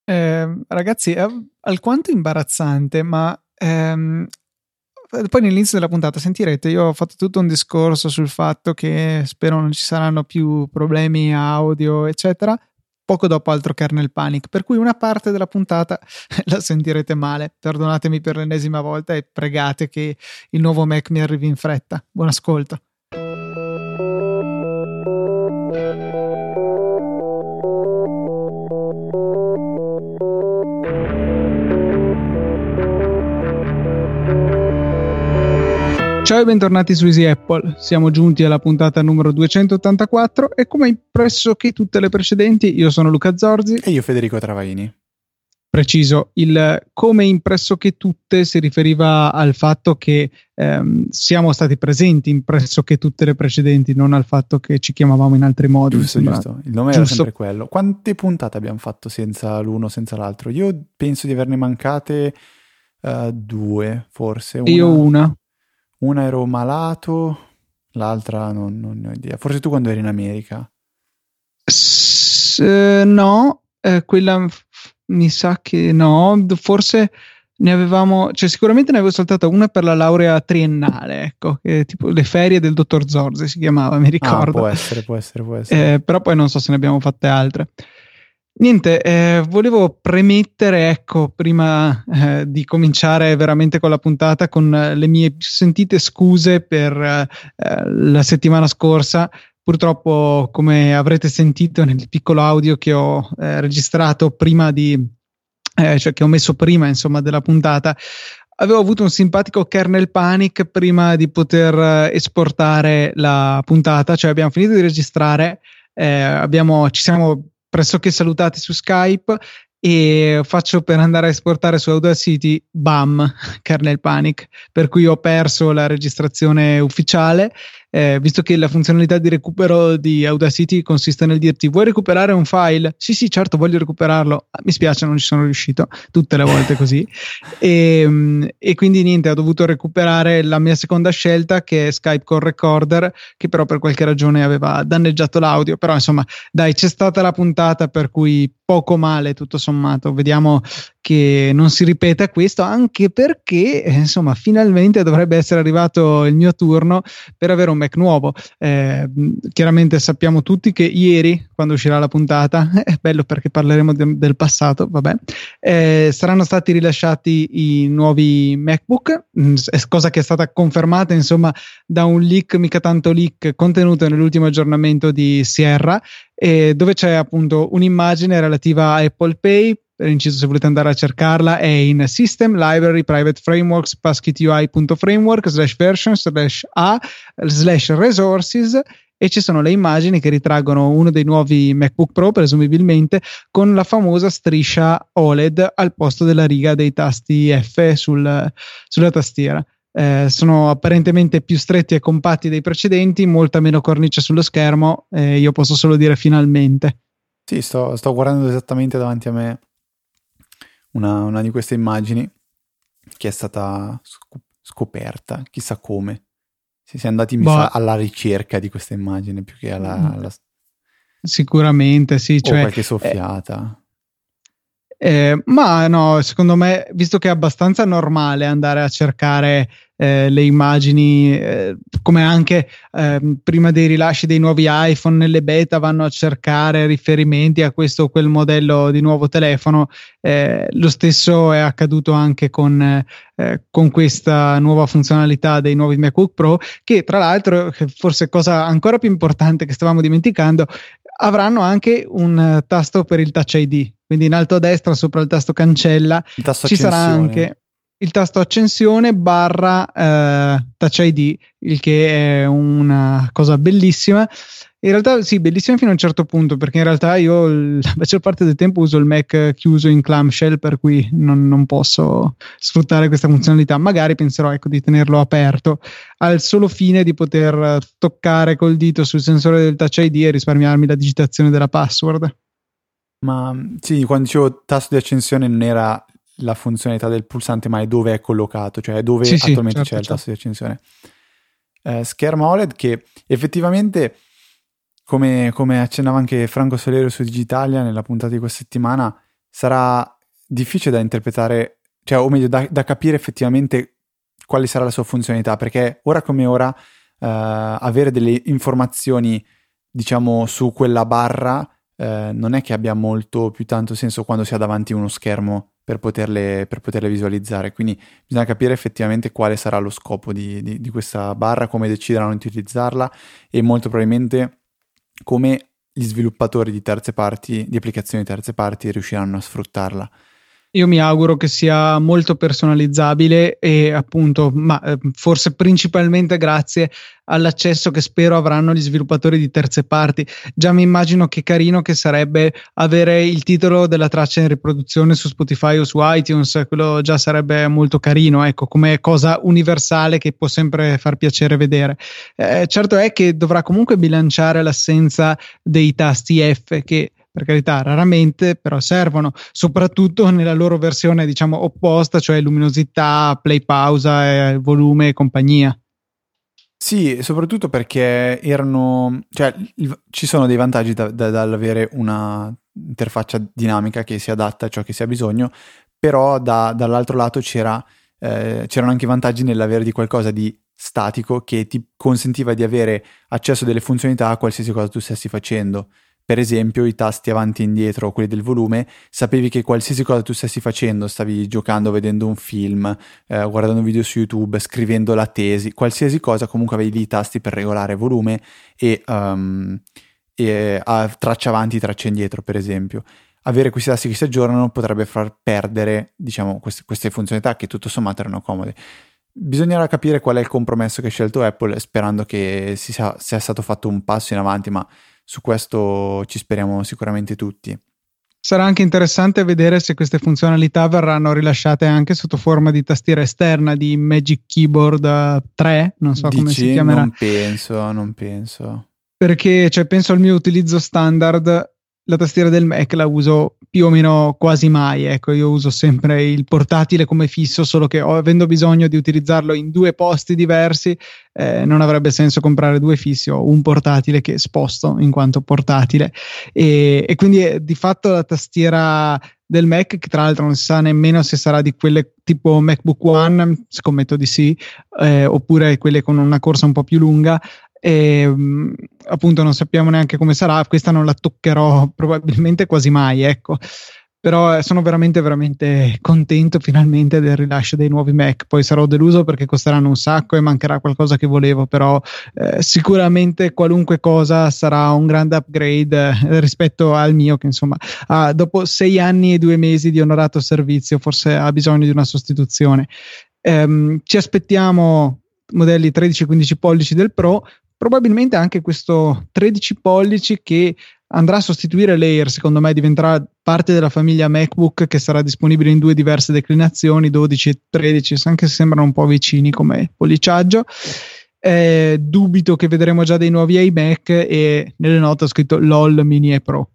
Ragazzi, è alquanto imbarazzante, ma poi nell'inizio della puntata sentirete, io ho fatto tutto un discorso sul fatto che spero non ci saranno più problemi audio, eccetera. Poco dopo altro kernel panic, per cui una parte della puntata la sentirete male. Perdonatemi per l'ennesima volta e pregate che il nuovo Mac mi arrivi in fretta. Buon ascolto. Ciao e bentornati su Easy Apple, siamo giunti alla puntata numero 284 e come pressoché tutte le precedenti io sono Luca Zorzi e io Federico Travaini. Preciso, il come in pressoché tutte si riferiva al fatto che siamo stati presenti in pressoché tutte le precedenti, non al fatto che ci chiamavamo in altri modi. Giusto, il nome era sempre quello. Quante puntate abbiamo fatto senza l'uno, senza l'altro? Io penso di averne mancate 2, forse. Io una. Una ero malato, l'altra non ne ho idea. Forse tu quando eri in America? No, quella mi sa che no, forse ne avevamo, cioè sicuramente ne avevo saltata una per la laurea triennale, ecco, tipo le ferie del dottor Zorzi si chiamava, mi ricordo. Può essere. Però poi non so se ne abbiamo fatte altre. Niente, volevo premettere, ecco, prima di cominciare veramente con la puntata, con le mie più sentite scuse per la settimana scorsa. Purtroppo, come avrete sentito nel piccolo audio che ho registrato prima cioè che ho messo prima, insomma, della puntata, avevo avuto un simpatico kernel panic prima di poter esportare la puntata, cioè abbiamo finito di registrare, ci siamo pressoché salutati su Skype e faccio per andare a esportare su Audacity, bam, kernel panic, per cui ho perso la registrazione ufficiale. Visto che la funzionalità di recupero di Audacity consiste nel dirti: vuoi recuperare un file? Sì, certo, voglio recuperarlo. Mi spiace, non ci sono riuscito tutte le volte così. E quindi niente, ho dovuto recuperare la mia seconda scelta, che è Skype Call Recorder, che però per qualche ragione aveva danneggiato l'audio. Però insomma, dai, c'è stata la puntata, per cui poco male tutto sommato. Vediamo che non si ripeta questo, anche perché insomma finalmente dovrebbe essere arrivato il mio turno per avere un Mac nuovo. Chiaramente sappiamo tutti che ieri, quando uscirà la puntata, è bello perché parleremo del passato, vabbè, saranno stati rilasciati i nuovi MacBook, cosa che è stata confermata insomma da un leak, mica tanto leak, contenuto nell'ultimo aggiornamento di Sierra, dove c'è appunto un'immagine relativa a Apple Pay. Per inciso, se volete andare a cercarla, è in System Library Private Frameworks passkitui.framework/a/resources, e ci sono le immagini che ritraggono uno dei nuovi MacBook Pro, presumibilmente, con la famosa striscia OLED al posto della riga dei tasti F sulla tastiera. Sono apparentemente più stretti e compatti dei precedenti, molta meno cornice sullo schermo, io posso solo dire finalmente. Sì, sto guardando esattamente davanti a me una di queste immagini che è stata scoperta, chissà come. Si è andati sa, alla ricerca di questa immagine più che alla... Sicuramente sì, cioè qualche soffiata. Ma no, secondo me, visto che è abbastanza normale andare a cercare le immagini, come anche prima dei rilasci dei nuovi iPhone nelle beta vanno a cercare riferimenti a questo o quel modello di nuovo telefono, lo stesso è accaduto anche con questa nuova funzionalità dei nuovi MacBook Pro, che tra l'altro, forse cosa ancora più importante che stavamo dimenticando, avranno anche un tasto per il Touch ID, quindi in alto a destra sopra il tasto cancella ci sarà anche il tasto accensione / Touch ID, il che è una cosa bellissima. In realtà sì, bellissima fino a un certo punto, perché in realtà io la maggior parte del tempo uso il Mac chiuso in clamshell, per cui non posso sfruttare questa funzionalità. Magari penserò, ecco, di tenerlo aperto al solo fine di poter toccare col dito sul sensore del Touch ID e risparmiarmi la digitazione della password. Ma sì, quando dicevo tasto di accensione non era la funzionalità del pulsante, ma è dove è collocato, cioè dove attualmente c'è il tasto di accensione. Schermo OLED che effettivamente, come accennava anche Franco Solerio su Digitalia nella puntata di questa settimana, sarà difficile da interpretare, cioè, o meglio, da capire effettivamente quale sarà la sua funzionalità, perché ora come ora avere delle informazioni, diciamo, su quella barra non è che abbia molto più tanto senso quando si ha davanti uno schermo per poterle visualizzare. Quindi bisogna capire effettivamente quale sarà lo scopo di questa barra, come decideranno di utilizzarla e molto probabilmente come gli sviluppatori di terze parti, di applicazioni di terze parti, riusciranno a sfruttarla. Io mi auguro che sia molto personalizzabile e appunto, forse principalmente grazie all'accesso che spero avranno gli sviluppatori di terze parti. Già mi immagino che carino che sarebbe avere il titolo della traccia in riproduzione su Spotify o su iTunes, quello già sarebbe molto carino, ecco, come cosa universale che può sempre far piacere vedere. Certo è che dovrà comunque bilanciare l'assenza dei tasti F che, per carità, raramente però servono, soprattutto nella loro versione, diciamo, opposta, cioè luminosità, play, pausa, volume e compagnia. Sì, soprattutto perché ci sono dei vantaggi dall'avere una interfaccia dinamica che si adatta a ciò che si ha bisogno, però dall'altro lato c'erano anche i vantaggi nell'avere di qualcosa di statico che ti consentiva di avere accesso a delle funzionalità a qualsiasi cosa tu stessi facendo. Per esempio i tasti avanti e indietro, quelli del volume, sapevi che qualsiasi cosa tu stessi facendo, stavi giocando, vedendo un film, guardando un video su YouTube, scrivendo la tesi, qualsiasi cosa, comunque avevi lì i tasti per regolare volume e traccia avanti, traccia indietro, per esempio. Avere questi tasti che si aggiornano potrebbe far perdere, diciamo, queste funzionalità che tutto sommato erano comode. Bisognerà capire qual è il compromesso che ha scelto Apple, sperando che sia stato fatto un passo in avanti, ma su questo ci speriamo sicuramente tutti. Sarà anche interessante vedere se queste funzionalità verranno rilasciate anche sotto forma di tastiera esterna di Magic Keyboard 3, non so come si chiamerà. Non penso. Perché, cioè, penso al mio utilizzo standard, la tastiera del Mac la uso più o meno quasi mai, ecco, io uso sempre il portatile come fisso, solo che avendo bisogno di utilizzarlo in due posti diversi, non avrebbe senso comprare due fissi, ho un portatile che sposto in quanto portatile e quindi di fatto la tastiera del Mac, che tra l'altro non si sa nemmeno se sarà di quelle tipo MacBook One, scommetto di sì, oppure quelle con una corsa un po' più lunga, e appunto non sappiamo neanche come sarà, questa non la toccherò probabilmente quasi mai, ecco, però sono veramente veramente contento finalmente del rilascio dei nuovi Mac. Poi sarò deluso perché costeranno un sacco e mancherà qualcosa che volevo, però sicuramente qualunque cosa sarà un grande upgrade rispetto al mio, che insomma dopo 6 anni e 2 mesi di onorato servizio forse ha bisogno di una sostituzione. Ci aspettiamo modelli 13-15 pollici del Pro, probabilmente anche questo 13 pollici che andrà a sostituire l'Air, secondo me diventerà parte della famiglia MacBook che sarà disponibile in due diverse declinazioni, 12 e 13, anche se sembrano un po' vicini come polliciaggio. Dubito che vedremo già dei nuovi iMac e nelle note ho scritto LOL Mini e Pro.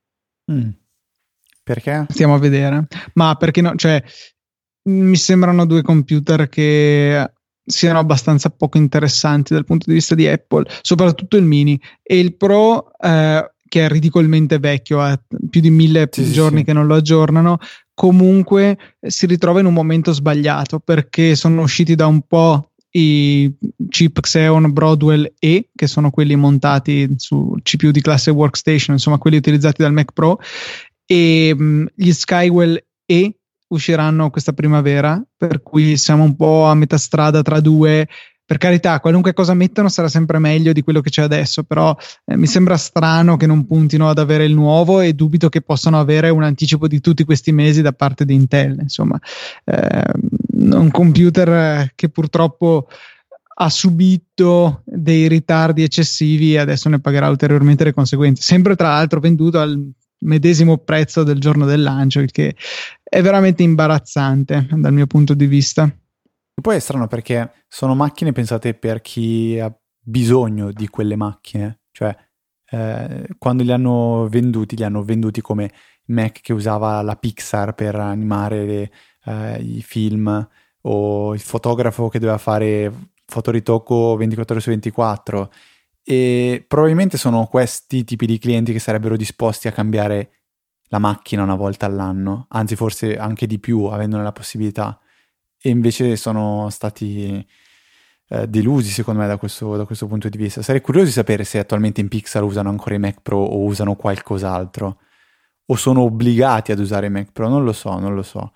Perché? Stiamo a vedere, ma perché no, cioè mi sembrano due computer che siano abbastanza poco interessanti dal punto di vista di Apple, soprattutto il mini, e il Pro che è ridicolmente vecchio, ha più di 1000 giorni che non lo aggiornano, comunque si ritrova in un momento sbagliato perché sono usciti da un po' i chip Xeon Broadwell E, che sono quelli montati su CPU di classe workstation, insomma quelli utilizzati dal Mac Pro, e gli Skywell E usciranno questa primavera, per cui siamo un po' a metà strada tra due. Per carità, qualunque cosa mettono sarà sempre meglio di quello che c'è adesso, però mi sembra strano che non puntino ad avere il nuovo e dubito che possano avere un anticipo di tutti questi mesi da parte di Intel. Insomma, un computer che purtroppo ha subito dei ritardi eccessivi e adesso ne pagherà ulteriormente le conseguenze. Sempre tra l'altro venduto al medesimo prezzo del giorno del lancio, il che è veramente imbarazzante dal mio punto di vista. E poi è strano perché sono macchine pensate per chi ha bisogno di quelle macchine, cioè quando li hanno venduti come Mac che usava la Pixar per animare i film, o il fotografo che doveva fare fotoritocco 24 ore su 24, e probabilmente sono questi tipi di clienti che sarebbero disposti a cambiare la macchina una volta all'anno, anzi forse anche di più, avendone la possibilità, e invece sono stati delusi secondo me da questo punto di vista. Sarei curioso di sapere se attualmente in Pixar usano ancora i Mac Pro o usano qualcos'altro, o sono obbligati ad usare i Mac Pro, non lo so.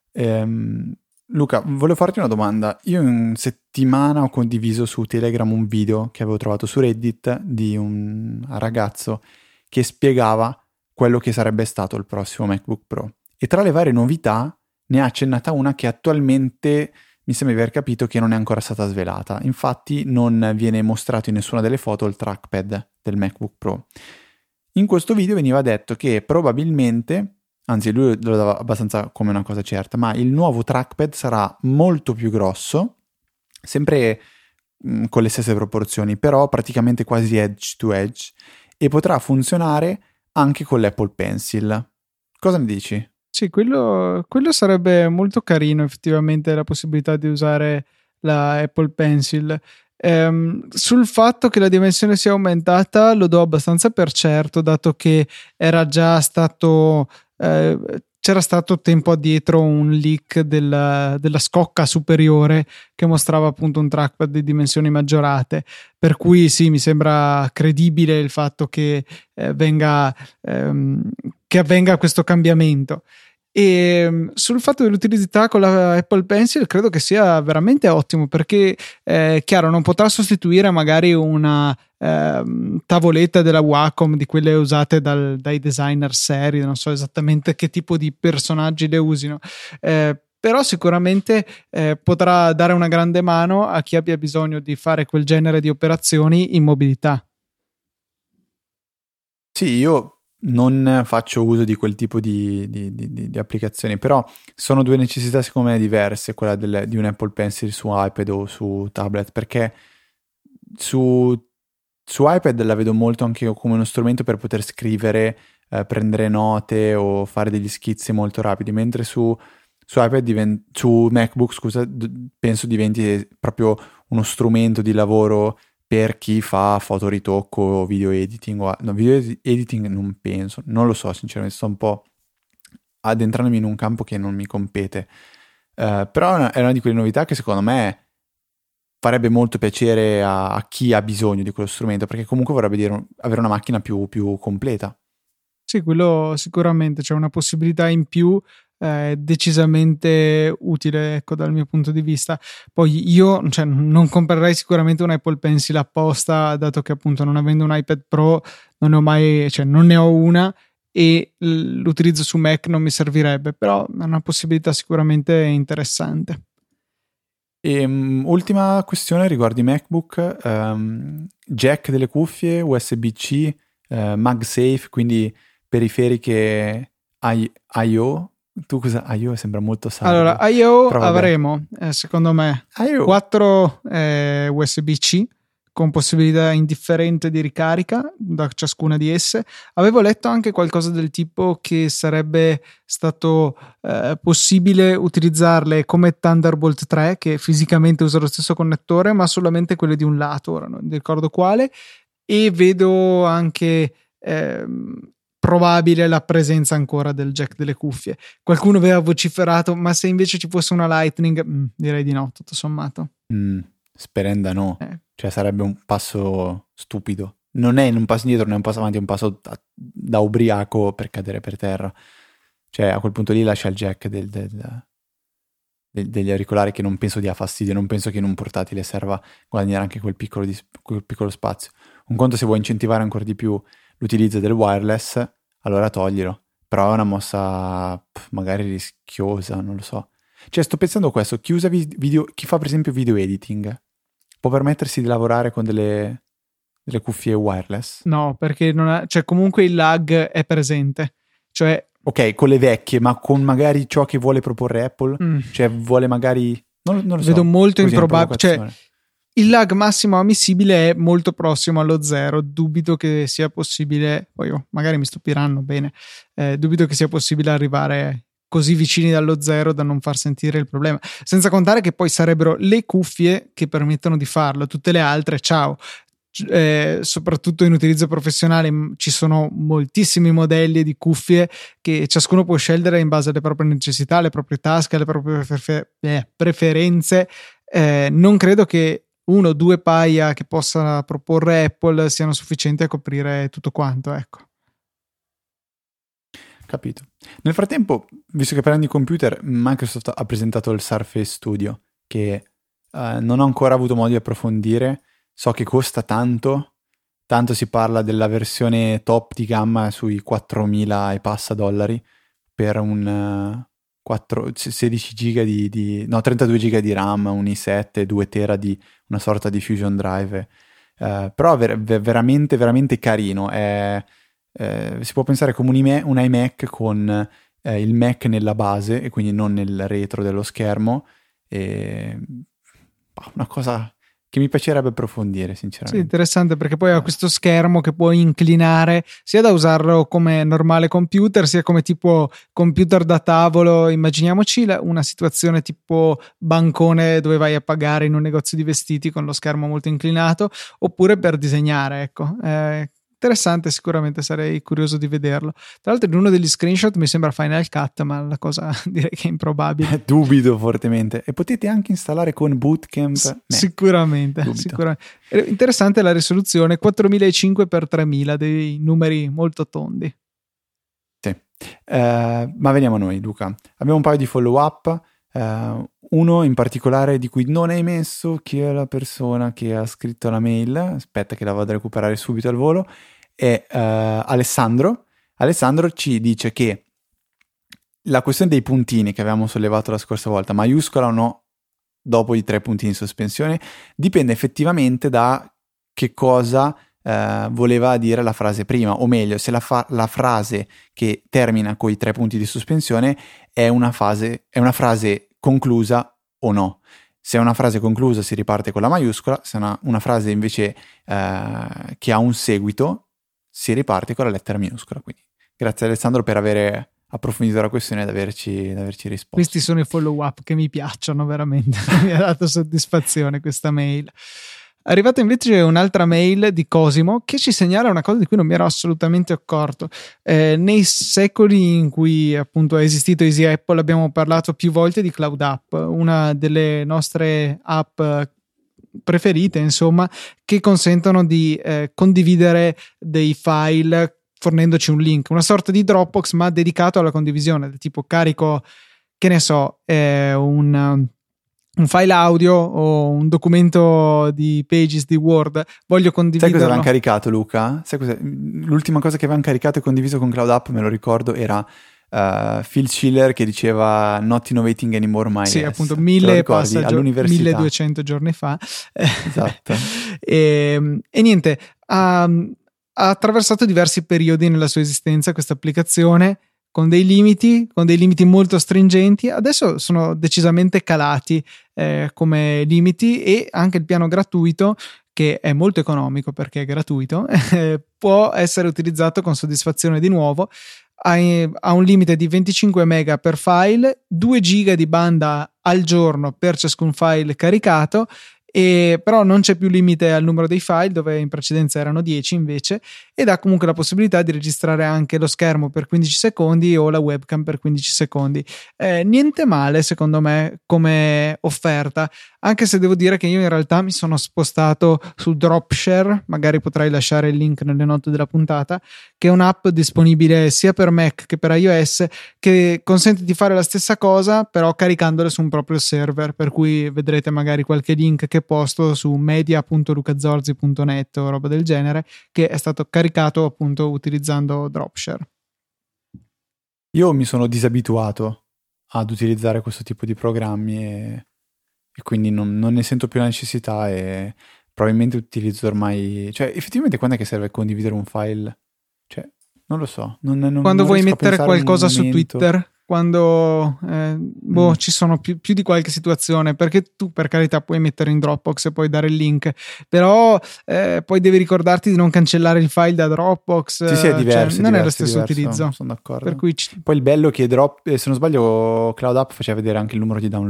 Luca, volevo farti una domanda. Io in settimana ho condiviso su Telegram un video che avevo trovato su Reddit di un ragazzo che spiegava quello che sarebbe stato il prossimo MacBook Pro, e tra le varie novità ne ha accennata una che attualmente mi sembra di aver capito che non è ancora stata svelata. Infatti non viene mostrato in nessuna delle foto il trackpad del MacBook Pro. In questo video veniva detto che probabilmente, anzi lui lo dava abbastanza come una cosa certa, ma il nuovo trackpad sarà molto più grosso, sempre con le stesse proporzioni, però praticamente quasi edge to edge, e potrà funzionare anche con l'Apple Pencil. Cosa ne dici? Sì, quello sarebbe molto carino, effettivamente, la possibilità di usare la Apple Pencil. Sul fatto che la dimensione sia aumentata lo do abbastanza per certo, dato che era già stato c'era stato tempo addietro un leak della scocca superiore che mostrava appunto un trackpad di dimensioni maggiorate, per cui sì, mi sembra credibile il fatto che che avvenga questo cambiamento. E sul fatto dell'utilità con la Apple Pencil credo che sia veramente ottimo, perché chiaro, non potrà sostituire magari una tavoletta della Wacom, di quelle usate dai designer seri, non so esattamente che tipo di personaggi le usino, però sicuramente potrà dare una grande mano a chi abbia bisogno di fare quel genere di operazioni in mobilità. Sì, io non faccio uso di quel tipo di applicazioni, però sono due necessità secondo me diverse, quella di un Apple Pencil su iPad o su tablet, perché su iPad la vedo molto anche io come uno strumento per poter scrivere, prendere note o fare degli schizzi molto rapidi, mentre su iPad su MacBook, scusa, penso diventi proprio uno strumento di lavoro per chi fa fotoritocco o video editing. No, video editing non penso, non lo so sinceramente, sto un po' addentrandomi in un campo che non mi compete, però è una di quelle novità che secondo me farebbe molto piacere a chi ha bisogno di quello strumento, perché comunque vorrebbe dire avere una macchina più completa. Sì, quello sicuramente, c'è una possibilità in più decisamente utile, ecco, dal mio punto di vista. Poi io, cioè, non comprerei sicuramente un Apple Pencil apposta, dato che appunto non avendo un iPad Pro non ne ho mai, cioè non ne ho una, e l'utilizzo su Mac non mi servirebbe, però è una possibilità sicuramente interessante. E ultima questione riguardo i MacBook, jack delle cuffie, USB-C, MagSafe, quindi periferiche I/O. Tu cosa? I/O sembra molto sardo. Allora, I/O avremo, secondo me, 4 USB-C con possibilità indifferente di ricarica da ciascuna di esse. Avevo letto anche qualcosa del tipo che sarebbe stato possibile utilizzarle come Thunderbolt 3, che fisicamente usa lo stesso connettore, ma solamente quelle di un lato, ora non ricordo quale, e vedo anche probabile la presenza ancora del jack delle cuffie. Qualcuno aveva vociferato, ma se invece ci fosse una Lightning, direi di no, tutto sommato. Sperenda no, cioè sarebbe un passo stupido. Non è un passo indietro, non è un passo avanti, è un passo da ubriaco per cadere per terra. Cioè a quel punto lì lascia il jack degli auricolari, che non penso dia fastidio, non penso che in un portatile serva guadagnare anche quel piccolo spazio. Un conto se vuoi incentivare ancora di più l'utilizzo del wireless, allora toglilo, però è una mossa magari rischiosa, non lo so. Cioè sto pensando a questo, chi fa per esempio video editing può permettersi di lavorare con delle cuffie wireless? No, perché cioè comunque il lag è presente, cioè ok, con le vecchie, ma con magari ciò che vuole proporre Apple, cioè vuole magari non lo so, vedo molto improbabile, cioè il lag massimo ammissibile è molto prossimo allo 0. Dubito che sia possibile, poi magari mi stupiranno, bene, dubito che sia possibile arrivare così vicini dallo 0 da non far sentire il problema, senza contare che poi sarebbero le cuffie che permettono di farlo, tutte le altre ciao. soprattutto in utilizzo professionale ci sono moltissimi modelli di cuffie che ciascuno può scegliere in base alle proprie necessità, alle proprie tasche, alle proprie preferenze. Non credo che 1 o 2 paia che possa proporre Apple siano sufficienti a coprire tutto quanto, ecco. Capito. Nel frattempo, visto che parliamo di computer, Microsoft ha presentato il Surface Studio, che non ho ancora avuto modo di approfondire. So che costa tanto si parla della versione top di gamma sui 4.000 e passa dollari per un 16 giga 32 giga di RAM, un i7, 2 tera di una sorta di Fusion Drive, però veramente veramente carino. Si può pensare come un iMac con il Mac nella base e quindi non nel retro dello schermo, una cosa che mi piacerebbe approfondire, sinceramente. Sì, interessante, perché poi ha questo schermo che puoi inclinare sia da usarlo come normale computer, sia come tipo computer da tavolo. Immaginiamoci una situazione tipo bancone dove vai a pagare in un negozio di vestiti con lo schermo molto inclinato, oppure per disegnare, ecco. Interessante, sicuramente sarei curioso di vederlo. Tra l'altro in uno degli screenshot mi sembra Final Cut, ma la cosa direi che è improbabile. Dubito fortemente. E potete anche installare con Bootcamp. Sicuramente. Interessante la risoluzione 4005x3000, dei numeri molto tondi. Sì. Ma veniamo a noi, Luca. Abbiamo un paio di follow up. Uno in particolare di cui non hai messo chi è la persona che ha scritto la mail. Aspetta che la vado a recuperare subito al volo. È Alessandro ci dice che la questione dei puntini che avevamo sollevato la scorsa volta, maiuscola o no dopo i 3 puntini in sospensione, dipende effettivamente da che cosa voleva dire la frase prima, o meglio, se la frase che termina con i 3 punti di sospensione è una frase conclusa o no. Se è una frase conclusa si riparte con la maiuscola, se è una frase invece che ha un seguito si riparte con la lettera minuscola. Quindi grazie Alessandro per aver approfondito la questione ed averci risposto. Questi sono i follow up che mi piacciono veramente. Mi ha dato soddisfazione questa mail. È arrivata invece un'altra mail di Cosimo che ci segnala una cosa di cui non mi ero assolutamente accorto. Nei secoli in cui appunto è esistito Easy Apple abbiamo parlato più volte di Cloud App, una delle nostre app preferite, insomma, che consentono di condividere dei file fornendoci un link, una sorta di Dropbox ma dedicato alla condivisione, del tipo carico, che ne so, un file audio o un documento di Pages di Word, voglio condividerlo. Sai cosa avevano caricato, Luca? Sai cosa? L'ultima cosa che avevano caricato e condiviso con Cloud App, me lo ricordo, era Phil Schiller che diceva Not innovating anymore my sì, ass. appunto 1200 giorni fa. Esatto. e niente, ha attraversato diversi periodi nella sua esistenza questa applicazione, con dei limiti molto stringenti. Adesso sono decisamente calati come limiti, e anche il piano gratuito, che è molto economico perché è gratuito, può essere utilizzato con soddisfazione di nuovo. Ha un limite di 25 mega per file, 2 giga di banda al giorno per ciascun file caricato, e però non c'è più limite al numero dei file, dove in precedenza erano 10 invece, ed ha comunque la possibilità di registrare anche lo schermo per 15 secondi o la webcam per 15 secondi. Niente male secondo me come offerta, anche se devo dire che io in realtà mi sono spostato su Dropshare, magari potrai lasciare il link nelle note della puntata, che è un'app disponibile sia per Mac che per iOS, che consente di fare la stessa cosa però caricandole su un proprio server, per cui vedrete magari qualche link che posto su media.lucazorzi.net o roba del genere, che è stato caricato appunto utilizzando Dropshare. Io mi sono disabituato ad utilizzare questo tipo di programmi e quindi non ne sento più la necessità, e probabilmente utilizzo ormai, cioè effettivamente quando è che serve condividere un file? Cioè non lo so, quando vuoi mettere qualcosa su Twitter, quando ci sono più di qualche situazione, perché tu per carità puoi mettere in Dropbox e poi dare il link, però poi devi ricordarti di non cancellare il file da Dropbox. Sì, è diverso, cioè, non è lo stesso utilizzo. Sono d'accordo. Per cui poi il bello è che se non sbaglio Cloud App faceva vedere anche il numero di download,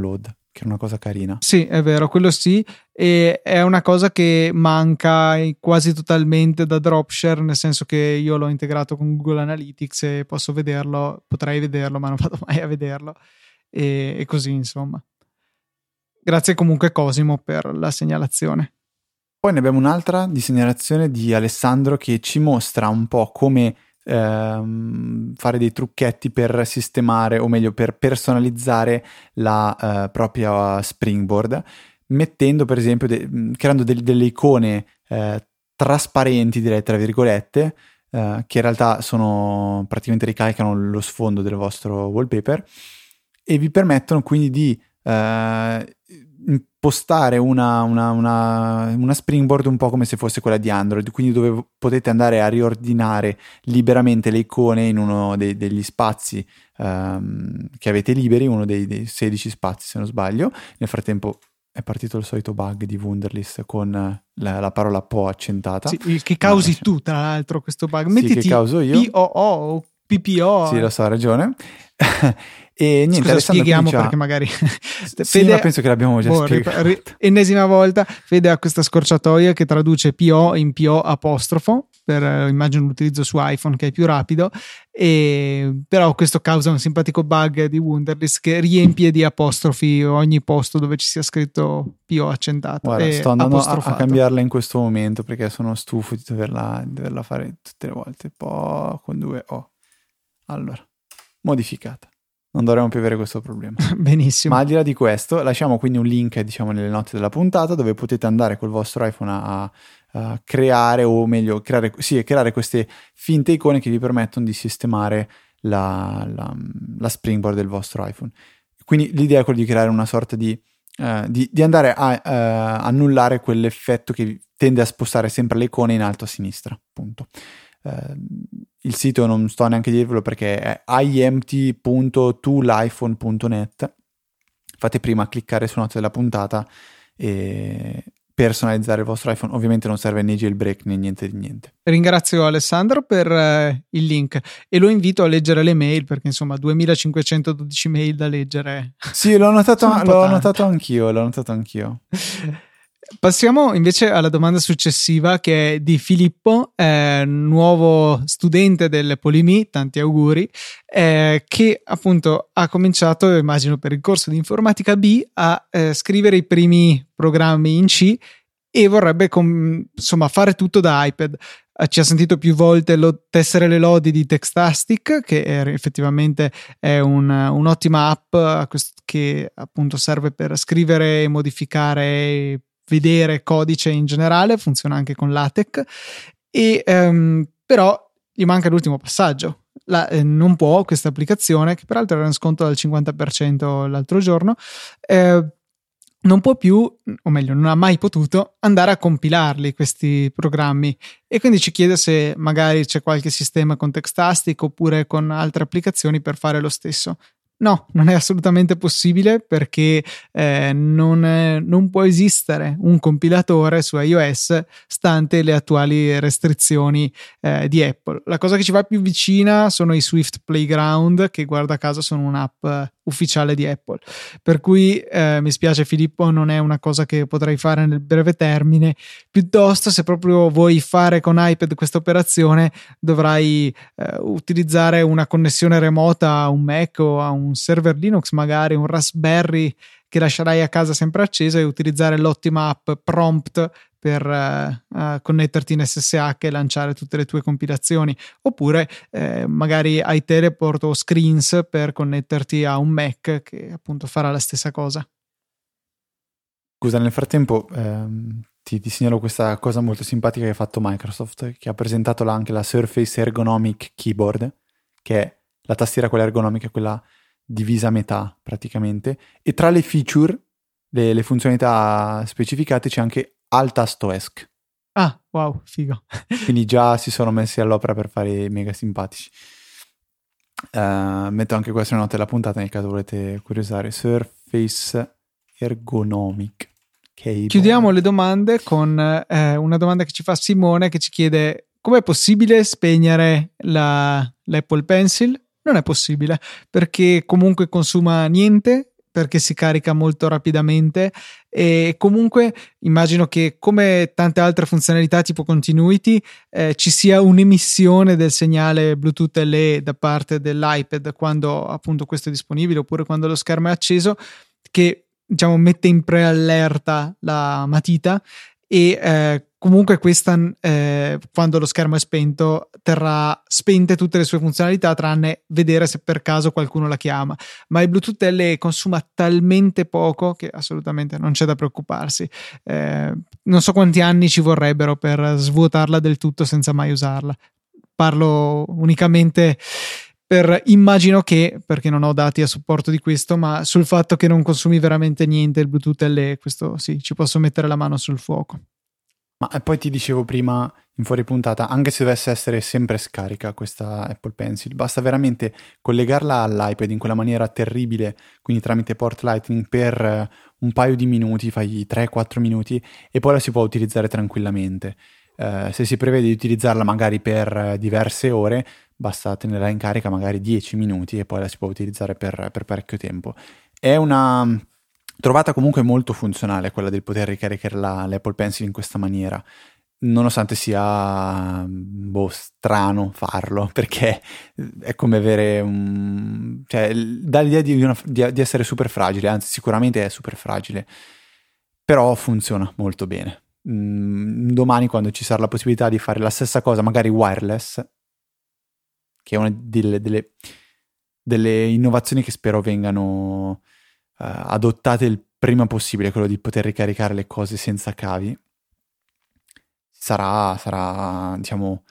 che è una cosa carina. Sì, è vero, quello sì, e è una cosa che manca quasi totalmente da Dropshare, nel senso che io l'ho integrato con Google Analytics e posso vederlo, potrei vederlo, ma non vado mai a vederlo, e così, insomma. Grazie comunque Cosimo per la segnalazione. Poi ne abbiamo un'altra di segnalazione di Alessandro che ci mostra un po' come fare dei trucchetti per sistemare, o meglio per personalizzare la propria Springboard, mettendo per esempio creando delle icone trasparenti, direi tra virgolette, che in realtà sono praticamente ricalcano lo sfondo del vostro wallpaper e vi permettono quindi di impostare una Springboard un po' come se fosse quella di Android, quindi dove potete andare a riordinare liberamente le icone in uno degli spazi che avete liberi, uno dei 16 spazi se non sbaglio. Nel frattempo è partito il solito bug di Wunderlist con la parola po' accentata. Sì, che causi tu tra l'altro questo bug. Sì, mettiti che causo io. POO o PPO. Sì, lo so, ha ragione. E niente, scusa, spieghiamo perché magari sì, Fede, ma penso che l'abbiamo già spiegato. Ennesima volta Fede ha questa scorciatoia che traduce PO in PO apostrofo per immagino l'utilizzo su iPhone che è più rapido, però questo causa un simpatico bug di Wunderlist che riempie di apostrofi ogni posto dove ci sia scritto PO accentato. Guarda, sto andando a cambiarla in questo momento perché sono stufo di doverla fare tutte le volte, poi con 2 O. Allora, modificata. Non dovremmo più avere questo problema. Benissimo. Ma al di là di questo, lasciamo quindi un link, diciamo, nelle note della puntata dove potete andare col vostro iPhone a creare, o meglio, creare queste finte icone che vi permettono di sistemare la Springboard del vostro iPhone. Quindi l'idea è quella di creare una sorta di andare a annullare quell'effetto che tende a spostare sempre le icone in alto a sinistra, appunto. Il sito non sto neanche a dirvelo perché è imt.toliphone.net. Fate prima a cliccare su note della puntata e personalizzare il vostro iPhone. Ovviamente non serve né jailbreak né niente di niente. Ringrazio Alessandro per il link e lo invito a leggere le mail perché insomma 2512 mail da leggere. Sì, l'ho notato anch'io. Passiamo invece alla domanda successiva che è di Filippo, nuovo studente del Polimi, tanti auguri, che appunto ha cominciato, immagino per il corso di informatica B, a scrivere i primi programmi in C e vorrebbe fare tutto da iPad. Ci ha sentito più volte tessere le lodi di Textastic, che effettivamente è un'ottima app che appunto serve per scrivere e modificare, vedere codice in generale, funziona anche con LaTeX, però gli manca l'ultimo passaggio. Non può questa applicazione, che peraltro era in sconto al 50% l'altro giorno, non può più, o meglio non ha mai potuto andare a compilarli questi programmi, e quindi ci chiede se magari c'è qualche sistema con Textastic oppure con altre applicazioni per fare lo stesso. No, non è assolutamente possibile perché non può esistere un compilatore su iOS stante le attuali restrizioni di Apple. La cosa che ci va più vicina sono i Swift Playground, che guarda caso sono un'app ufficiale di Apple, per cui mi spiace Filippo, non è una cosa che potrei fare nel breve termine. Piuttosto, se proprio vuoi fare con iPad questa operazione, dovrai utilizzare una connessione remota a un Mac o a un server Linux, magari un Raspberry che lascerai a casa sempre acceso, e utilizzare l'ottima app Prompt per connetterti in SSH e lanciare tutte le tue compilazioni, oppure magari iTeleport o Screens per connetterti a un Mac che appunto farà la stessa cosa. Scusa, nel frattempo ti segnalo questa cosa molto simpatica che ha fatto Microsoft, che ha presentato anche la Surface Ergonomic Keyboard, che è la tastiera quella ergonomica, quella divisa a metà praticamente, e tra le feature, le funzionalità specificate, c'è anche Alt tasto ESC. Ah, wow, figo. Quindi già si sono messi all'opera per fare i mega simpatici. Metto anche questa nota della puntata nel caso volete curiosare. Surface Ergonomic Keyboard. Chiudiamo le domande con una domanda che ci fa Simone, che ci chiede: com'è possibile spegnere l'Apple Pencil? Non è possibile, perché comunque consuma niente, perché si carica molto rapidamente, e comunque immagino che, come tante altre funzionalità tipo continuity, ci sia un'emissione del segnale Bluetooth LE da parte dell'iPad quando appunto questo è disponibile, oppure quando lo schermo è acceso, che diciamo mette in preallerta la matita, e comunque questa quando lo schermo è spento terrà spente tutte le sue funzionalità, tranne vedere se per caso qualcuno la chiama. Ma il Bluetooth LE consuma talmente poco che assolutamente non c'è da preoccuparsi. Non so quanti anni ci vorrebbero per svuotarla del tutto senza mai usarla. Parlo unicamente immagino che, perché non ho dati a supporto di questo, ma sul fatto che non consumi veramente niente il Bluetooth LE, questo sì, ci posso mettere la mano sul fuoco. Ma poi ti dicevo prima in fuori puntata, anche se dovesse essere sempre scarica questa Apple Pencil, basta veramente collegarla all'iPad in quella maniera terribile, quindi tramite port Lightning, per un paio di minuti, fai 3-4 minuti, e poi la si può utilizzare tranquillamente. Se si prevede di utilizzarla magari per diverse ore, basta tenerla in carica magari 10 minuti e poi la si può utilizzare per parecchio tempo. È una trovata comunque molto funzionale quella del poter ricaricare l'Apple Pencil in questa maniera, nonostante sia strano farlo, perché è come avere cioè dà l'idea di essere super fragile, anzi sicuramente è super fragile, però funziona molto bene. Domani, quando ci sarà la possibilità di fare la stessa cosa magari wireless, che è una delle innovazioni che spero vengano adottate il prima possibile, quello di poter ricaricare le cose senza cavi, sarà diciamo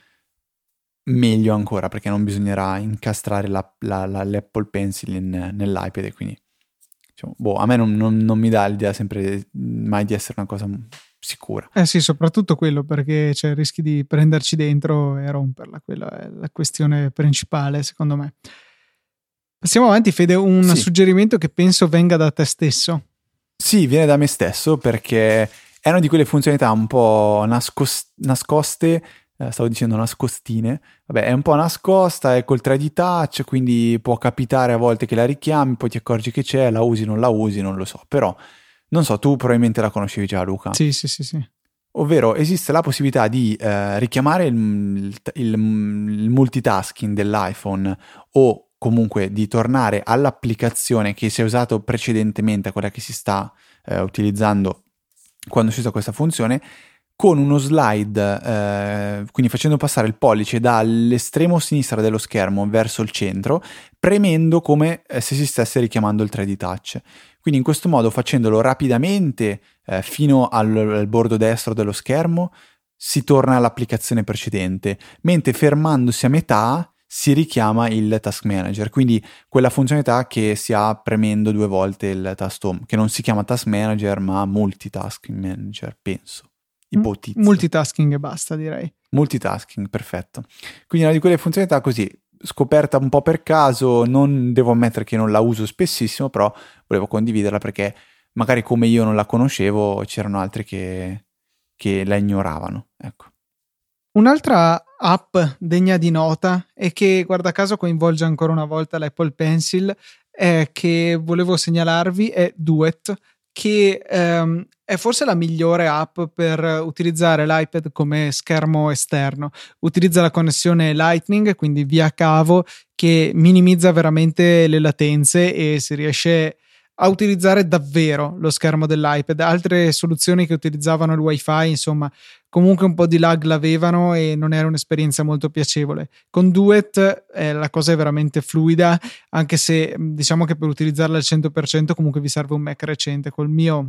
meglio ancora, perché non bisognerà incastrare l'Apple Pencil nell'iPad, e quindi diciamo, a me non mi dà l'idea sempre mai di essere una cosa sicura. Sì, soprattutto quello, perché rischi di prenderci dentro e romperla, quella è la questione principale secondo me. Passiamo avanti, Fede, un suggerimento che penso venga da te stesso. Sì, viene da me stesso, perché è una di quelle funzionalità un po' nascoste, stavo dicendo nascostine, vabbè, è un po' nascosta, è col 3D touch, quindi può capitare a volte che la richiami, poi ti accorgi che c'è, la usi, non la usi, non lo so, però non so, tu probabilmente la conoscevi già, Luca. Sì. Ovvero esiste la possibilità di richiamare il multitasking dell'iPhone, o comunque di tornare all'applicazione che si è usato precedentemente, a quella che si sta utilizzando quando si usa questa funzione, con uno slide, quindi facendo passare il pollice dall'estremo sinistra dello schermo verso il centro, premendo come se si stesse richiamando il 3D touch. Quindi in questo modo, facendolo rapidamente fino al bordo destro dello schermo, si torna all'applicazione precedente, mentre fermandosi a metà si richiama il Task Manager, quindi quella funzionalità che si ha premendo 2 volte il tasto Home, che non si chiama Task Manager ma Multitasking Manager, penso. Ipotizzo. Multitasking e basta, direi. Multitasking, perfetto. Quindi una di quelle funzionalità così, scoperta un po' per caso, non devo ammettere che non la uso spessissimo, però volevo condividerla perché magari come io non la conoscevo, c'erano altri che la ignoravano, ecco. Un'altra app degna di nota e che guarda caso coinvolge ancora una volta l'Apple Pencil, che volevo segnalarvi, è Duet, che è forse la migliore app per utilizzare l'iPad come schermo esterno. Utilizza la connessione Lightning, quindi via cavo, che minimizza veramente le latenze e si riesce a utilizzare davvero lo schermo dell'iPad. Altre soluzioni che utilizzavano il Wi-Fi, insomma, comunque un po' di lag l'avevano e non era un'esperienza molto piacevole. Con Duet la cosa è veramente fluida, anche se diciamo che per utilizzarla al 100% comunque vi serve un Mac recente. Col mio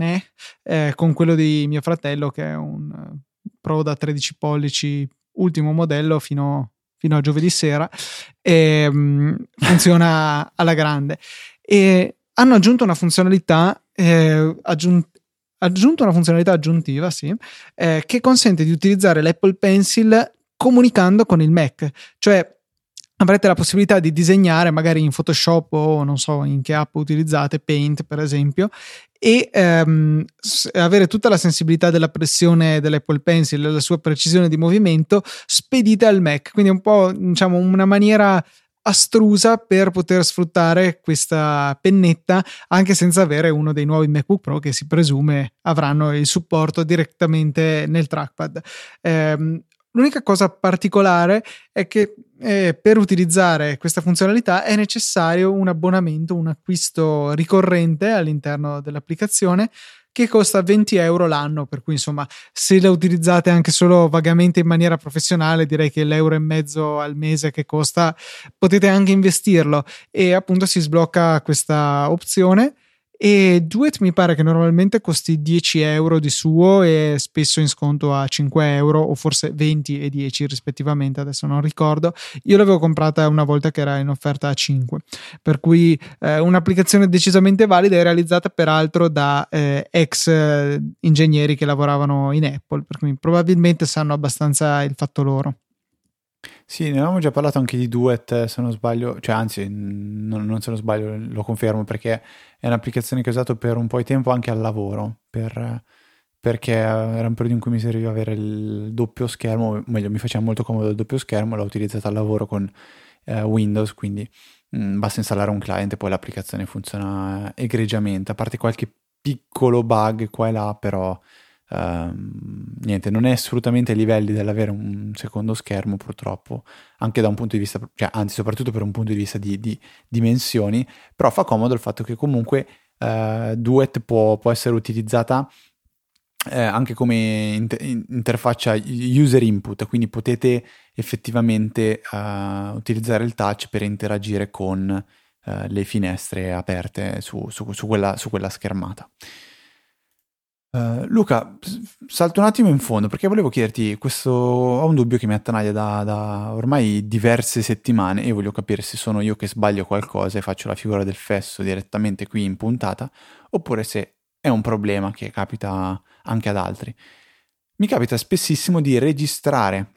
con quello di mio fratello, che è un Pro da 13 pollici ultimo modello fino a giovedì sera, e funziona alla grande. E hanno aggiunto una funzionalità aggiuntiva, sì, che consente di utilizzare l'Apple Pencil comunicando con il Mac, cioè avrete la possibilità di disegnare magari in Photoshop o non so in che app utilizzate, Paint per esempio, e avere tutta la sensibilità della pressione dell'Apple Pencil, la sua precisione di movimento spedita al Mac, quindi un po' diciamo una maniera astrusa per poter sfruttare questa pennetta anche senza avere uno dei nuovi MacBook Pro che si presume avranno il supporto direttamente nel trackpad. L'unica cosa particolare è che per utilizzare questa funzionalità è necessario un abbonamento, un acquisto ricorrente all'interno dell'applicazione che costa 20 euro l'anno, per cui insomma se la utilizzate anche solo vagamente in maniera professionale direi che l'1,50 € al mese che costa potete anche investirlo, e appunto si sblocca questa opzione. E Duet mi pare che normalmente costi 10 euro di suo e spesso in sconto a 5 euro o forse 20 e 10 rispettivamente, adesso non ricordo. Io l'avevo comprata una volta che era in offerta a 5, per cui un'applicazione decisamente valida e realizzata peraltro da ex ingegneri che lavoravano in Apple, per cui probabilmente sanno abbastanza il fatto loro. Sì, ne avevamo già parlato anche di Duet, se non sbaglio, cioè anzi, non se non sbaglio, lo confermo, perché è un'applicazione che ho usato per un po' di tempo anche al lavoro, perché era un periodo in cui mi serviva avere il doppio schermo, o meglio, mi faceva molto comodo il doppio schermo, l'ho utilizzata al lavoro con Windows, quindi basta installare un client e poi l'applicazione funziona egregiamente, a parte qualche piccolo bug qua e là, però niente, non è assolutamente ai livelli dell'avere un secondo schermo, purtroppo, anche da un punto di vista, cioè anzi soprattutto per un punto di vista di dimensioni, però fa comodo il fatto che comunque Duet può essere utilizzata anche come interfaccia user input, quindi potete effettivamente utilizzare il touch per interagire con le finestre aperte su quella schermata. Luca, salto un attimo in fondo perché volevo chiederti ho un dubbio che mi attanaglia da ormai diverse settimane e voglio capire se sono io che sbaglio qualcosa e faccio la figura del fesso direttamente qui in puntata, oppure se è un problema che capita anche ad altri. Mi capita spessissimo di registrare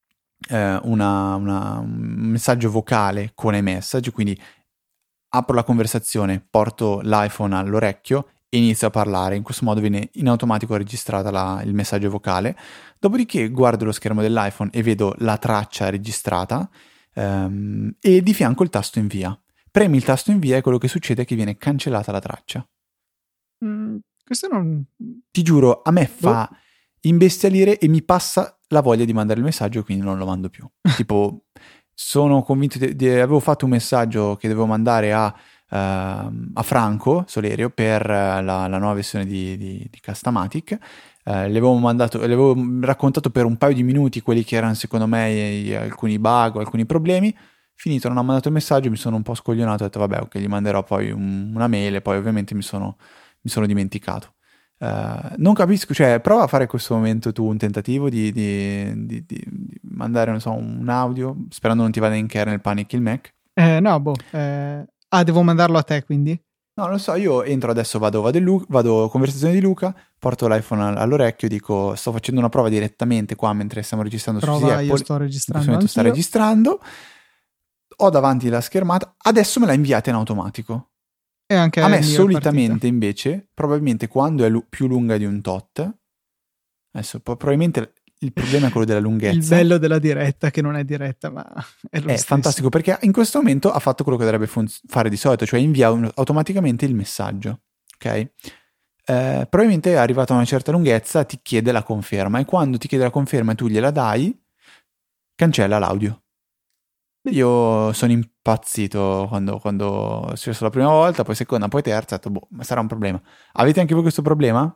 un messaggio vocale con iMessage, quindi apro la conversazione, porto l'iPhone all'orecchio e inizio a parlare. In questo modo viene in automatico registrata il messaggio vocale. Dopodiché guardo lo schermo dell'iPhone e vedo la traccia registrata e di fianco il tasto invia. Premi il tasto invia e quello che succede è che viene cancellata la traccia. Questo non... Ti giuro, a me fa imbestialire e mi passa la voglia di mandare il messaggio, quindi non lo mando più. Tipo, sono convinto avevo fatto un messaggio che dovevo mandare a Franco Solerio per la nuova versione di Castamatic. Le avevo raccontato per un paio di minuti quelli che erano secondo me alcuni bug o alcuni problemi. Finito, non ho mandato il messaggio, mi sono un po' scoglionato, ho detto vabbè, ok, gli manderò poi una mail e poi ovviamente mi sono dimenticato. Non capisco, cioè prova a fare questo momento tu un tentativo di mandare, non so, un audio, sperando non ti vada in kernel panic il Mac. No, devo mandarlo a te, quindi? No, lo so, io entro adesso, vado conversazione di Luca, porto l'iPhone all'orecchio, dico sto facendo una prova direttamente qua mentre stiamo registrando su Apple. Io sto registrando, sta registrando, ho davanti la schermata, adesso me la inviate in automatico. E anche a me solitamente invece, probabilmente quando è più lunga di un tot, adesso probabilmente il problema è quello della lunghezza. Il bello della diretta, che non è diretta, ma è lo stesso. Fantastico, perché in questo momento ha fatto quello che dovrebbe fare di solito, cioè invia automaticamente il messaggio, ok? Probabilmente è arrivato a una certa lunghezza, ti chiede la conferma, e quando ti chiede la conferma e tu gliela dai, cancella l'audio. Io sono impazzito quando è successo la prima volta, poi seconda, poi terza, ho detto, ma sarà un problema. Avete anche voi questo problema?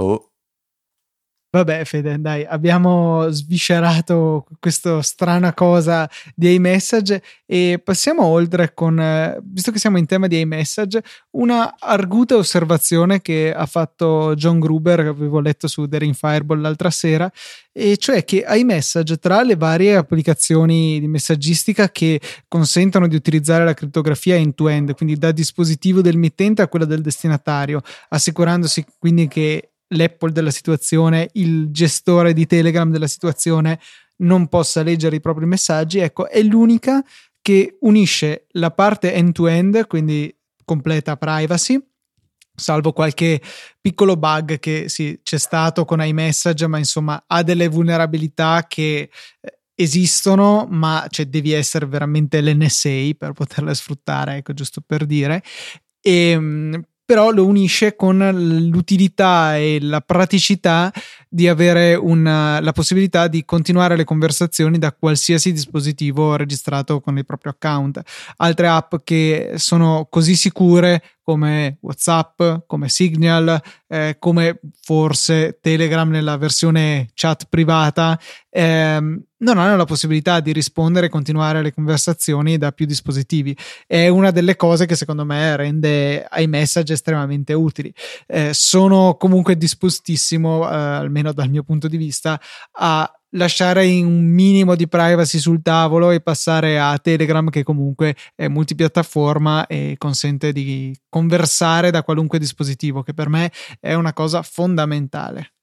Vabbè, Fede, dai, abbiamo sviscerato questa strana cosa di iMessage e passiamo oltre con, visto che siamo in tema di iMessage, una arguta osservazione che ha fatto John Gruber, che avevo letto su Daring Fireball l'altra sera, e cioè che iMessage, tra le varie applicazioni di messaggistica che consentono di utilizzare la crittografia end-to-end, quindi da dispositivo del mittente a quello del destinatario, assicurandosi quindi che l'Apple della situazione, il gestore di Telegram della situazione non possa leggere i propri messaggi, ecco, è l'unica che unisce la parte end-to-end, quindi completa privacy, salvo qualche piccolo bug che sì, c'è stato con iMessage, ma insomma ha delle vulnerabilità che esistono, ma devi essere veramente l'NSA per poterle sfruttare, ecco, giusto per dire. Però lo unisce con l'utilità e la praticità di avere la possibilità di continuare le conversazioni da qualsiasi dispositivo registrato con il proprio account. Altre app che sono così sicure come WhatsApp, come Signal, come forse Telegram nella versione chat privata, non hanno la possibilità di rispondere e continuare le conversazioni da più dispositivi. È una delle cose che secondo me rende iMessage estremamente utili. Sono comunque dispostissimo, almeno dal mio punto di vista, a lasciare un minimo di privacy sul tavolo e passare a Telegram, che comunque è multipiattaforma e consente di conversare da qualunque dispositivo, che per me è una cosa fondamentale.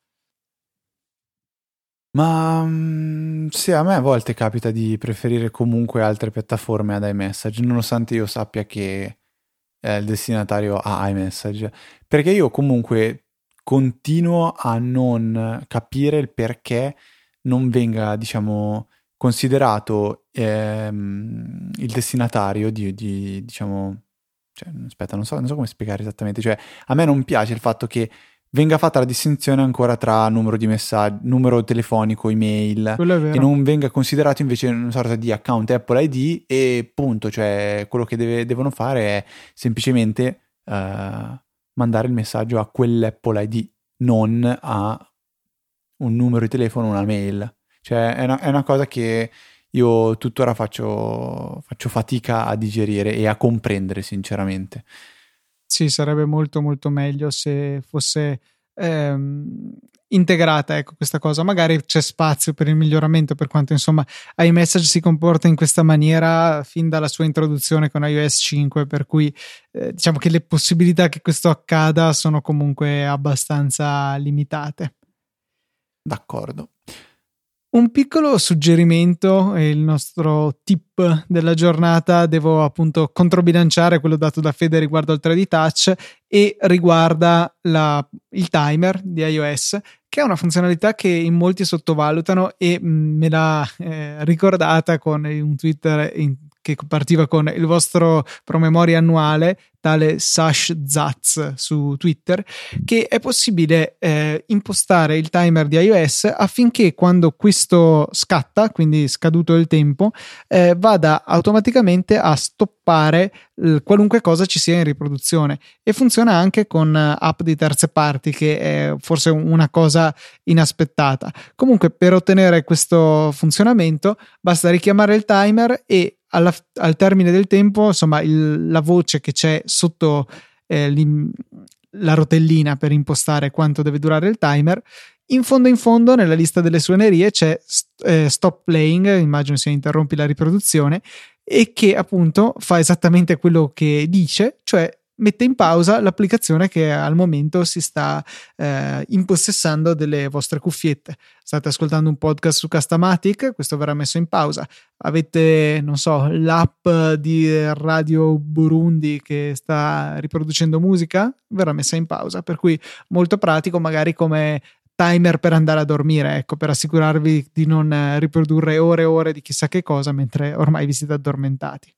Ma sì, a me a volte capita di preferire comunque altre piattaforme ad iMessage, nonostante io sappia che il destinatario ha iMessage, perché io comunque continuo a non capire il perché non venga, diciamo, considerato il destinatario diciamo, cioè, aspetta, non so come spiegare esattamente, cioè a me non piace il fatto che venga fatta la distinzione ancora tra numero di messaggio, numero telefonico, email, e non venga considerato invece una sorta di account Apple ID e punto, cioè quello che devono fare è semplicemente mandare il messaggio a quell'Apple ID, non a un numero di telefono, una mail. Cioè è una cosa che io tuttora faccio fatica a digerire e a comprendere, sinceramente. Sì, sarebbe molto molto meglio se fosse integrata, ecco, questa cosa. Magari c'è spazio per il miglioramento, per quanto insomma iMessage si comporta in questa maniera fin dalla sua introduzione con iOS 5, per cui diciamo che le possibilità che questo accada sono comunque abbastanza limitate. D'accordo. Un piccolo suggerimento, il nostro tip della giornata, devo appunto controbilanciare quello dato da Fede riguardo al 3D Touch e riguarda il timer di iOS, che è una funzionalità che in molti sottovalutano, e me l'ha ricordata con un Twitter che partiva con il vostro promemoria annuale, tale Sash Zaz su Twitter, che è possibile impostare il timer di iOS affinché quando questo scatta, quindi scaduto il tempo, vada automaticamente a stoppare qualunque cosa ci sia in riproduzione, e funziona anche con app di terze parti, che è forse una cosa inaspettata. Comunque, per ottenere questo funzionamento basta richiamare il timer e al termine del tempo, insomma, la voce che c'è sotto la rotellina per impostare quanto deve durare il timer, in fondo nella lista delle suonerie c'è stop playing, immagino sia interrompi la riproduzione, e che appunto fa esattamente quello che dice, cioè mette in pausa l'applicazione che al momento si sta impossessando delle vostre cuffiette. State ascoltando un podcast su Castamatic, questo verrà messo in pausa. Avete, non so, l'app di Radio Burundi che sta riproducendo musica, verrà messa in pausa, per cui molto pratico, magari come timer per andare a dormire, ecco, per assicurarvi di non riprodurre ore e ore di chissà che cosa mentre ormai vi siete addormentati.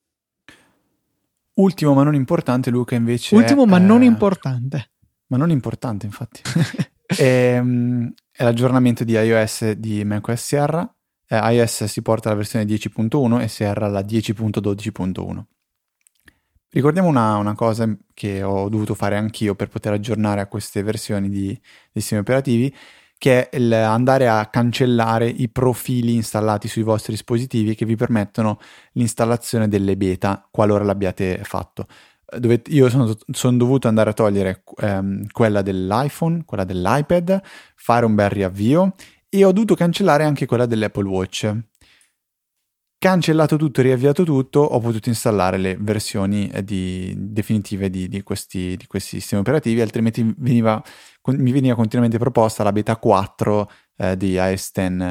Ultimo ma non importante, Luca, invece ultimo ma non importante. Ma non importante, infatti. è l'aggiornamento di iOS di macOS Sierra. iOS si porta alla versione 10.1 e Sierra alla 10.12.1. Ricordiamo una cosa che ho dovuto fare anch'io per poter aggiornare a queste versioni di sistemi operativi, che è andare a cancellare i profili installati sui vostri dispositivi che vi permettono l'installazione delle beta, qualora l'abbiate fatto. Io sono dovuto andare a togliere quella dell'iPhone, quella dell'iPad, fare un bel riavvio, e ho dovuto cancellare anche quella dell'Apple Watch. Cancellato tutto, riavviato tutto, ho potuto installare le versioni definitive di questi sistemi operativi, altrimenti mi veniva continuamente proposta la beta 4 di iOS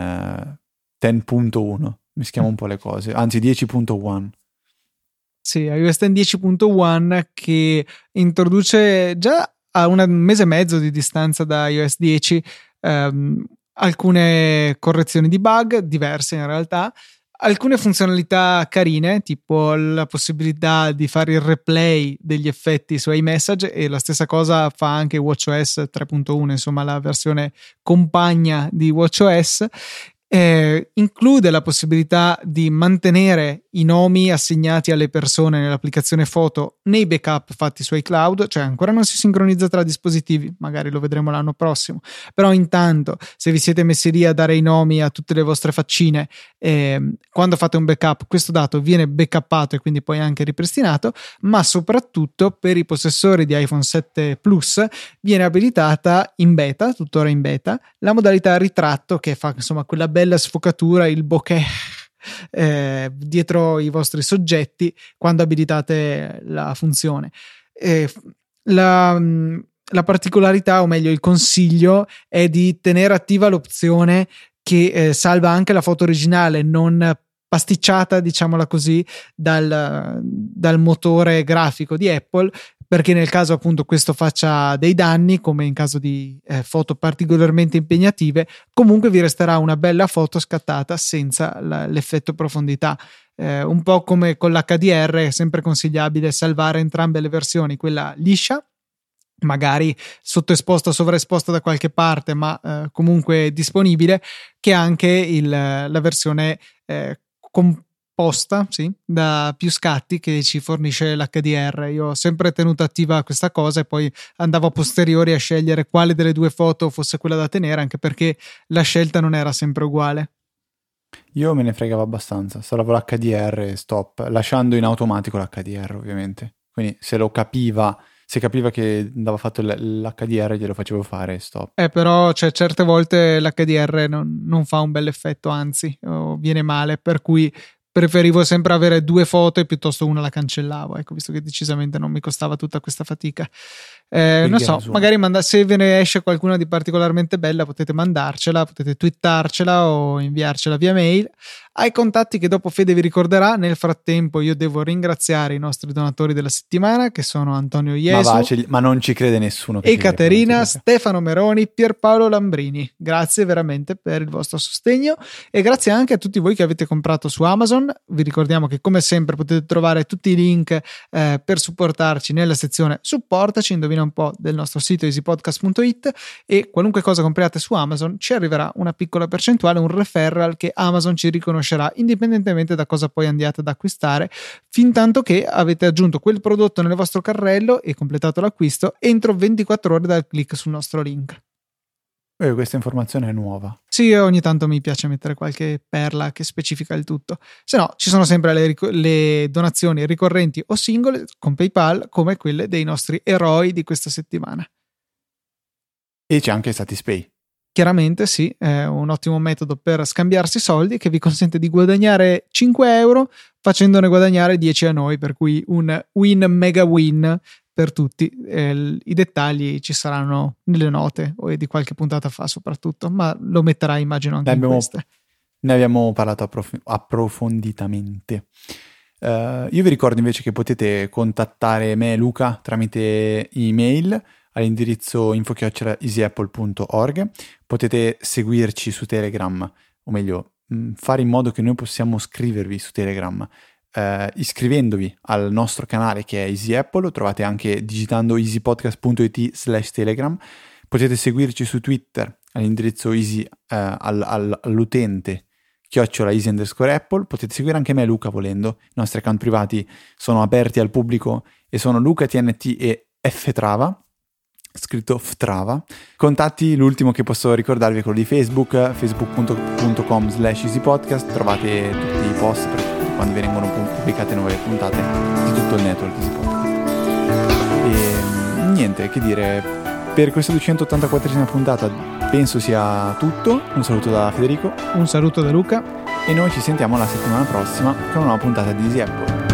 10.1. Mi schiamo un po' le cose, anzi 10.1. Sì, iOS 10.1 che introduce già a un mese e mezzo di distanza da iOS 10 alcune correzioni di bug, diverse in realtà, alcune funzionalità carine, tipo la possibilità di fare il replay degli effetti su iMessage, e la stessa cosa fa anche WatchOS 3.1, insomma la versione compagna di WatchOS. Include la possibilità di mantenere i nomi assegnati alle persone nell'applicazione foto nei backup fatti su iCloud, cioè ancora non si sincronizza tra dispositivi, magari lo vedremo l'anno prossimo, però intanto se vi siete messi lì a dare i nomi a tutte le vostre faccine, quando fate un backup questo dato viene backuppato e quindi poi anche ripristinato. Ma soprattutto per i possessori di iPhone 7 Plus viene abilitata in beta, tuttora in beta, la modalità ritratto, che fa insomma quella bella sfocatura, il bokeh dietro i vostri soggetti quando abilitate la funzione. La particolarità, o meglio il consiglio, è di tenere attiva l'opzione che salva anche la foto originale, non pasticciata, diciamola così, dal motore grafico di Apple, perché nel caso appunto questo faccia dei danni, come in caso di foto particolarmente impegnative, comunque vi resterà una bella foto scattata senza l'effetto profondità. Un po' come con l'HDR, è sempre consigliabile salvare entrambe le versioni, quella liscia, magari sottoesposta o sovraesposta da qualche parte, ma comunque disponibile, che anche la versione composta, sì, da più scatti, che ci fornisce l'HDR. Io ho sempre tenuto attiva questa cosa e poi andavo a posteriori a scegliere quale delle due foto fosse quella da tenere, anche perché la scelta non era sempre uguale. Io me ne fregavo abbastanza, salvo l'HDR e stop, lasciando in automatico l'HDR ovviamente, quindi se capiva che andava fatto l'HDR glielo facevo fare e stop. Però certe volte l'HDR non fa un bel effetto, anzi viene male, per cui preferivo sempre avere due foto e piuttosto una la cancellavo, ecco, visto che decisamente non mi costava tutta questa fatica. Non so, magari se ve ne esce qualcuna di particolarmente bella potete mandarcela, potete twittarcela o inviarcela via mail ai contatti che dopo Fede vi ricorderà. Nel frattempo io devo ringraziare i nostri donatori della settimana, che sono Antonio Iesu, ma non ci crede nessuno, e Caterina, Stefano Meroni, Pierpaolo Lambrini. Grazie veramente per il vostro sostegno e grazie anche a tutti voi che avete comprato su Amazon. Vi ricordiamo che come sempre potete trovare tutti i link per supportarci nella sezione supportaci, indovina un po', del nostro sito easypodcast.it, e qualunque cosa compriate su Amazon ci arriverà una piccola percentuale, un referral che Amazon ci riconoscerà indipendentemente da cosa poi andiate ad acquistare, fin tanto che avete aggiunto quel prodotto nel vostro carrello e completato l'acquisto entro 24 ore dal click sul nostro link. Questa informazione è nuova. Sì, ogni tanto mi piace mettere qualche perla che specifica il tutto. Se no, ci sono sempre le donazioni ricorrenti o singole con PayPal, come quelle dei nostri eroi di questa settimana. E c'è anche Satispay. Chiaramente sì, è un ottimo metodo per scambiarsi soldi che vi consente di guadagnare 5 euro facendone guadagnare 10 a noi, per cui un win mega win per tutti. I dettagli ci saranno nelle note o di qualche puntata fa soprattutto, ma lo metterai immagino anche in queste. Ne abbiamo parlato approfonditamente. Io vi ricordo invece che potete contattare me e Luca tramite email all'indirizzo info@easyapple.org. Potete seguirci su Telegram, o meglio fare in modo che noi possiamo scrivervi su Telegram iscrivendovi al nostro canale che è Easy Apple. Lo trovate anche digitando easypodcast.it/telegram. Potete seguirci su Twitter all'indirizzo easy all'utente @easy_apple. Potete seguire anche me e Luca volendo. I nostri account privati sono aperti al pubblico e sono Luca TNT e Ftrava, scritto Ftrava. Contatti, l'ultimo che posso ricordarvi è quello di facebook.com/easypodcast. Trovate tutti i post per quando vengono pubblicate nuove puntate di tutto il network Easy Podcast. E niente, che dire, per questa 284esima puntata penso sia tutto. Un saluto da Federico, un saluto da Luca e noi ci sentiamo la settimana prossima con una nuova puntata di Easy Apple.